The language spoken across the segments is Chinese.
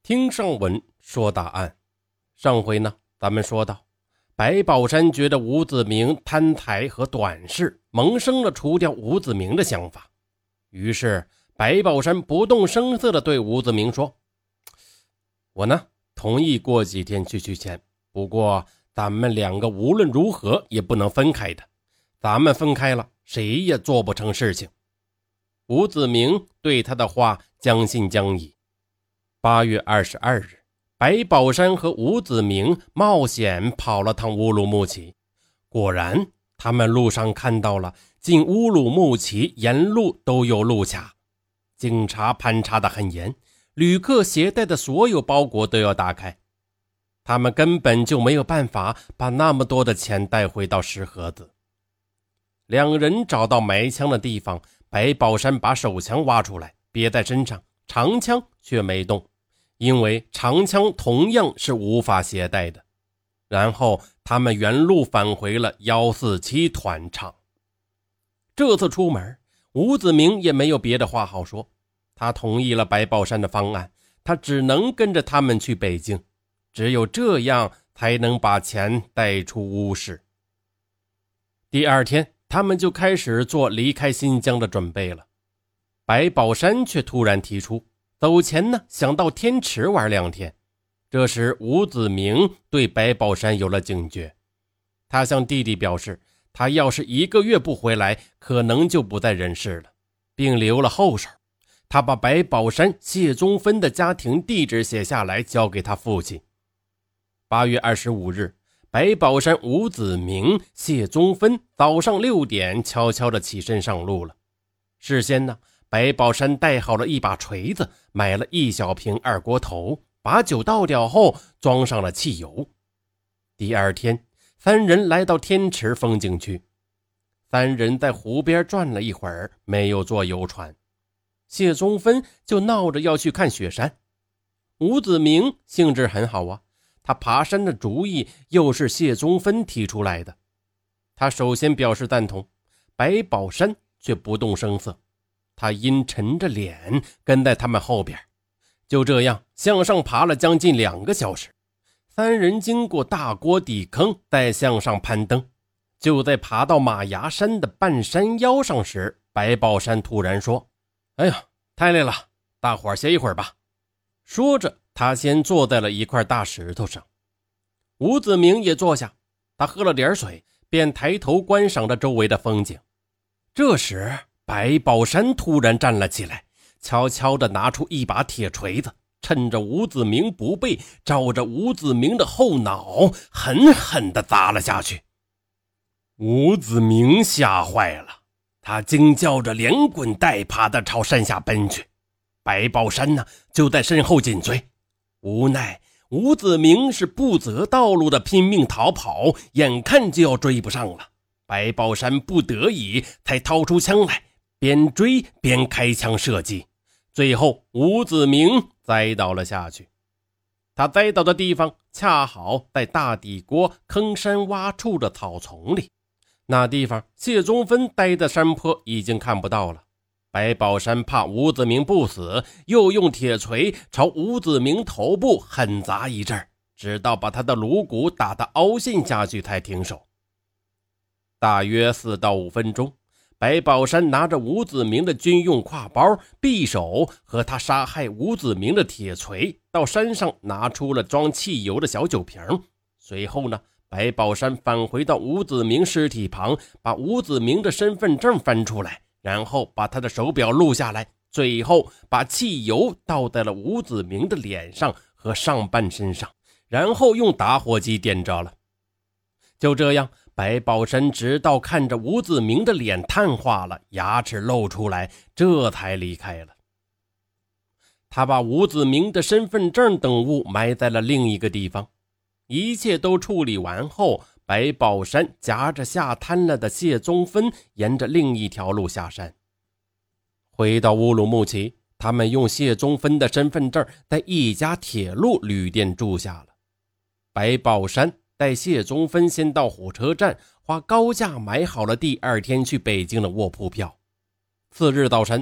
听上文说答案。上回呢，咱们说到白宝山觉得吴子明贪财和短视，萌生了除掉吴子明的想法。于是白宝山不动声色地对吴子明说，我呢同意过几天去取钱，不过咱们两个无论如何也不能分开的，咱们分开了谁也做不成事情。吴子明对他的话将信将疑。8月22日，白宝山和吴子明冒险跑了趟乌鲁木齐。果然他们路上看到了进乌鲁木齐沿路都有路卡，警察盘查得很严，旅客携带的所有包裹都要打开。他们根本就没有办法把那么多的钱带回到石河子。两人找到埋枪的地方，白宝山把手枪挖出来别在身上，长枪却没动，因为长枪同样是无法携带的。然后他们原路返回了147团场。这次出门，吴子明也没有别的话好说，他同意了白宝山的方案，他只能跟着他们去北京，只有这样才能把钱带出乌市。第二天，他们就开始做离开新疆的准备了。白宝山却突然提出，走前呢想到天池玩2天。这时吴子明对白宝山有了警觉，他向弟弟表示，他要是1个月不回来，可能就不在人世了，并留了后手。他把白宝山、谢宗芬的家庭地址写下来，交给他父亲。8月25日，白宝山、吴子明、谢宗芬早上6点悄悄地起身上路了。事先呢，白宝山带好了一把锤子，买了1小瓶二锅头，把酒倒掉后装上了汽油。第二天，3人来到天池风景区。3人在湖边转了一会儿，没有坐游船。谢宗芬就闹着要去看雪山。吴子明兴致很好啊，他爬山的主意又是谢宗芬提出来的。他首先表示赞同，白宝山却不动声色，他阴沉着脸跟在他们后边。就这样向上爬了将近2个小时。3人经过大锅底坑，再向上攀登。就在爬到马牙山的半山腰上时，白宝山突然说，哎呀，太累了，大伙儿歇一会儿吧。说着他先坐在了一块大石头上。吴子明也坐下，他喝了点水，便抬头观赏着周围的风景。这时白宝山突然站了起来，悄悄地拿出一把铁锤子，趁着吴子明不备，照着吴子明的后脑狠狠地砸了下去。吴子明吓坏了，他惊叫着连滚带爬地朝山下奔去。白宝山呢，就在身后紧追。无奈吴子明是不择道路的拼命逃跑，眼看就要追不上了。白宝山不得已才掏出枪来，边追边开枪射击。最后吴子明栽倒了下去。他栽倒的地方恰好在大底锅坑山洼处的草丛里，那地方谢宗芬待的山坡已经看不到了。白宝山怕吴子明不死，又用铁锤朝吴子明头部狠砸一阵，直到把他的颅骨打得凹陷下去才停手。大约4到5分钟，白宝山拿着吴子明的军用挎包、匕首和他杀害吴子明的铁锤，到山上拿出了装汽油的小酒瓶。随后呢，白宝山返回到吴子明尸体旁，把吴子明的身份证翻出来，然后把他的手表录下来，最后把汽油倒在了吴子明的脸上和上半身上，然后用打火机点着了。就这样，白宝山直到看着吴子明的脸碳化了，牙齿露出来，这才离开了。他把吴子明的身份证等物埋在了另一个地方。一切都处理完后，白宝山夹着吓瘫了的谢宗芬，沿着另一条路下山。回到乌鲁木齐，他们用谢宗芬的身份证在一家铁路旅店住下了。白宝山带谢宗芬先到火车站，花高价买好了第2天去北京的卧铺票。次日早晨，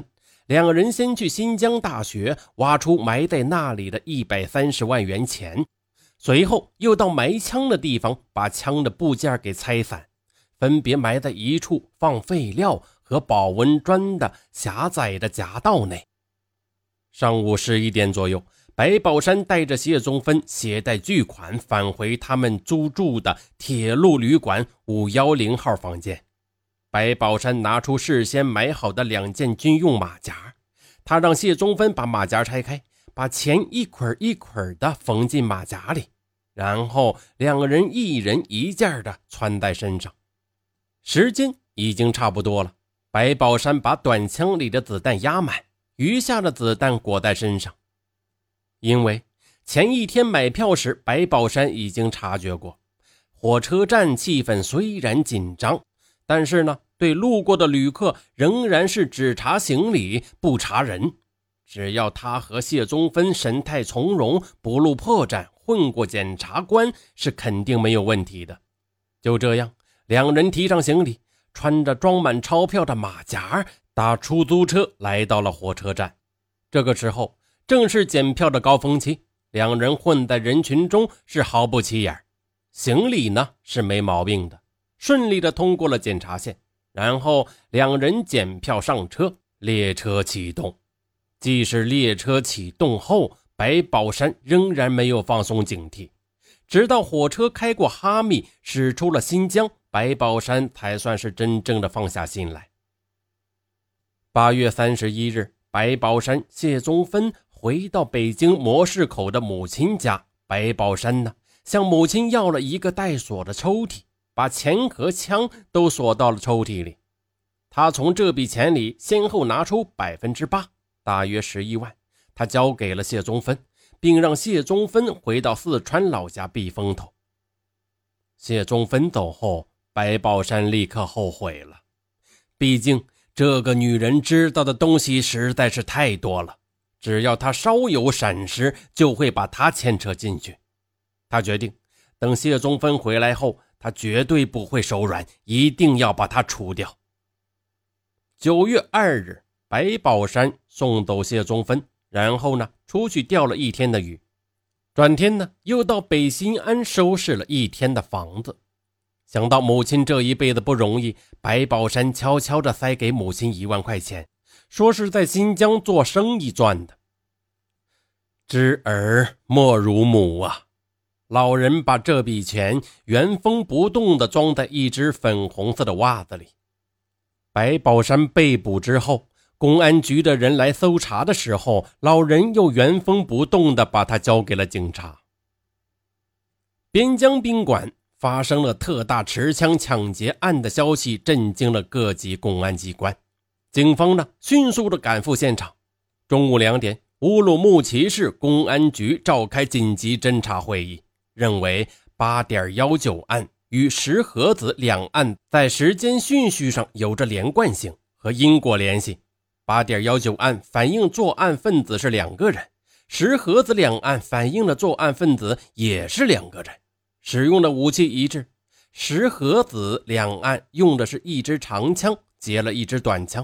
两人先去新疆大学挖出埋在那里的130万元钱，随后又到埋枪的地方把枪的部件给拆散，分别埋在一处放废料和保温砖的狭窄的夹道内。上午11点左右，白宝山带着谢宗芬携带巨款返回他们租住的铁路旅馆510号房间。白宝山拿出事先买好的2件军用马甲，他让谢宗芬把马甲拆开，把钱一捆一捆的缝进马甲里，然后两个人一人一件的穿在身上。时间已经差不多了，白宝山把短枪里的子弹压满，余下的子弹裹在身上。因为前一天买票时白宝山已经察觉过，火车站气氛虽然紧张，但是呢，对路过的旅客仍然是只查行李不查人，只要他和谢宗芬神态从容，不露破绽，混过检察官是肯定没有问题的。就这样，两人提上行李，穿着装满钞票的马甲，搭出租车来到了火车站。这个时候正是检票的高峰期，两人混在人群中是毫不起眼，行李呢是没毛病的，顺利的通过了检查线，然后两人检票上车，列车启动。即使列车启动后，白宝山仍然没有放松警惕，直到火车开过哈密，驶出了新疆，白宝山才算是真正的放下心来。8月31日，白宝山、谢宗芬回到北京模市口的母亲家。白宝山呢，向母亲要了一个带锁的抽屉，把钱和枪都锁到了抽屉里。他从这笔钱里先后拿出 8%， 大约11万，他交给了谢宗芬，并让谢宗芬回到四川老家避风头。谢宗芬走后，白宝山立刻后悔了，毕竟这个女人知道的东西实在是太多了，只要她稍有闪失，就会把她牵扯进去。他决定等谢宗芬回来后，他绝对不会手软，一定要把她除掉。9月2日，白宝山送走谢宗芬，然后呢，出去钓了一天的鱼，转天呢，又到北新安收拾了一天的房子。想到母亲这一辈子不容易，白宝山悄悄地塞给母亲1万块钱，说是在新疆做生意赚的。知儿莫如母啊！老人把这笔钱原封不动地装在一只粉红色的袜子里。白宝山被捕之后，公安局的人来搜查的时候，老人又原封不动地把他交给了警察。边疆宾馆发生了特大持枪抢劫案的消息震惊了各级公安机关，警方呢迅速地赶赴现场。中午2点，乌鲁木齐市公安局召开紧急侦查会议，认为 8.19 案与石河子两案在时间顺序上有着连贯性和因果联系。8.19 案反映作案分子是2个人，石河子两案反映了作案分子也是2个人，使用的武器一致。石河子两案用的是一支长枪结了一支短枪，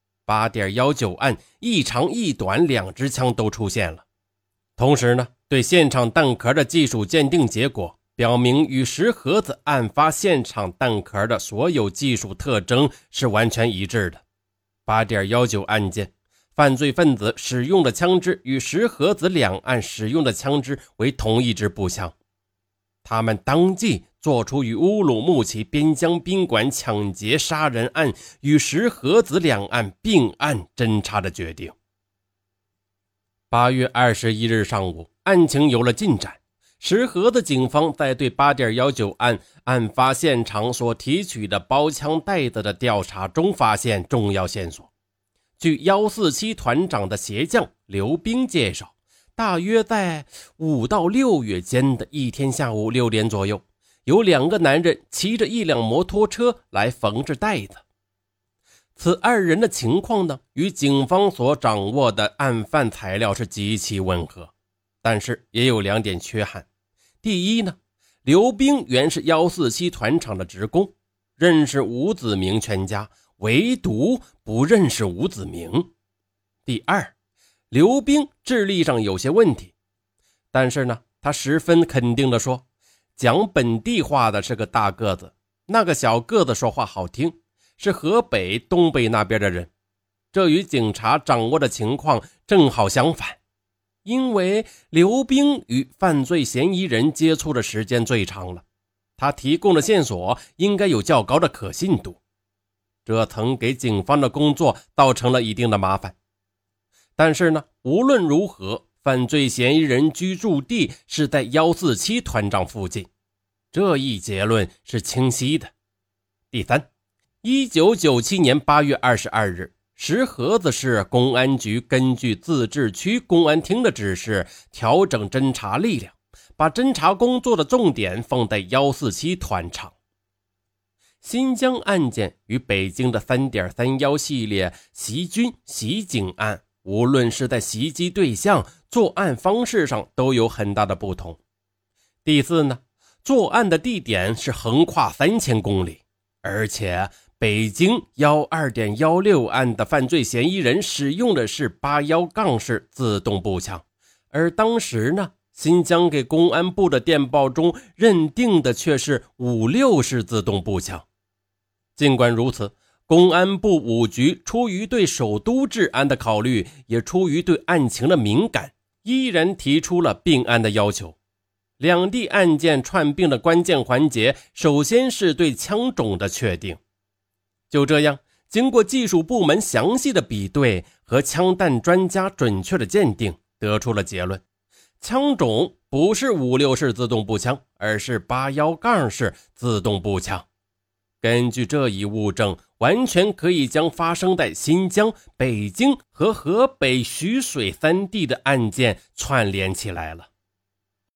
8.19 案一长一短2支枪都出现了。同时呢，对现场弹壳的技术鉴定结果表明，与石河子案发现场弹壳的所有技术特征是完全一致的。8.19 案件犯罪分子使用的枪支与石河子两案使用的枪支为同一支步枪，他们当即做出与乌鲁木齐边疆宾馆抢劫杀人案与石河子两案并案侦查的决定。8月21日上午，案情有了进展。石河子警方在对 8.19 案案发现场所提取的包枪袋子的调查中发现重要线索。据147团长的鞋匠刘兵介绍，大约在5到6月间的一天下午6点左右，有2个男人骑着一辆摩托车来缝制袋子。此2人的情况呢，与警方所掌握的案犯材料是极其吻合，但是也有2点缺憾。第一呢，刘兵原是147团长的职工，认识吴子明全家，唯独不认识吴子明。 第二，刘冰智力上有些问题，但是呢，他十分肯定地说，讲本地话的是个大个子，那个小个子说话好听，是河北、东北那边的人。这与警察掌握的情况正好相反，因为刘冰与犯罪嫌疑人接触的时间最长了，他提供的线索应该有较高的可信度，这曾给警方的工作造成了一定的麻烦。但是呢，无论如何，犯罪嫌疑人居住地是在147团长附近，这一结论是清晰的。第三，1997年8月22日，石河子市公安局根据自治区公安厅的指示，调整侦查力量，把侦查工作的重点放在147团场。新疆案件与北京的 3.31 系列袭军袭警案，无论是在袭击对象、作案方式上都有很大的不同。第四呢，作案的地点是横跨3000公里，而且北京 12.16 案的犯罪嫌疑人使用的是81式自动步枪，而当时呢，新疆给公安部的电报中认定的却是56式自动步枪。尽管如此，公安部5局出于对首都治安的考虑，也出于对案情的敏感，依然提出了并案的要求。两地案件串并的关键环节，首先是对枪种的确定。就这样，经过技术部门详细的比对和枪弹专家准确的鉴定，得出了结论，枪种不是56式自动步枪，而是81式自动步枪。根据这一物证，完全可以将发生在新疆、北京和河北徐水3地的案件串联起来了。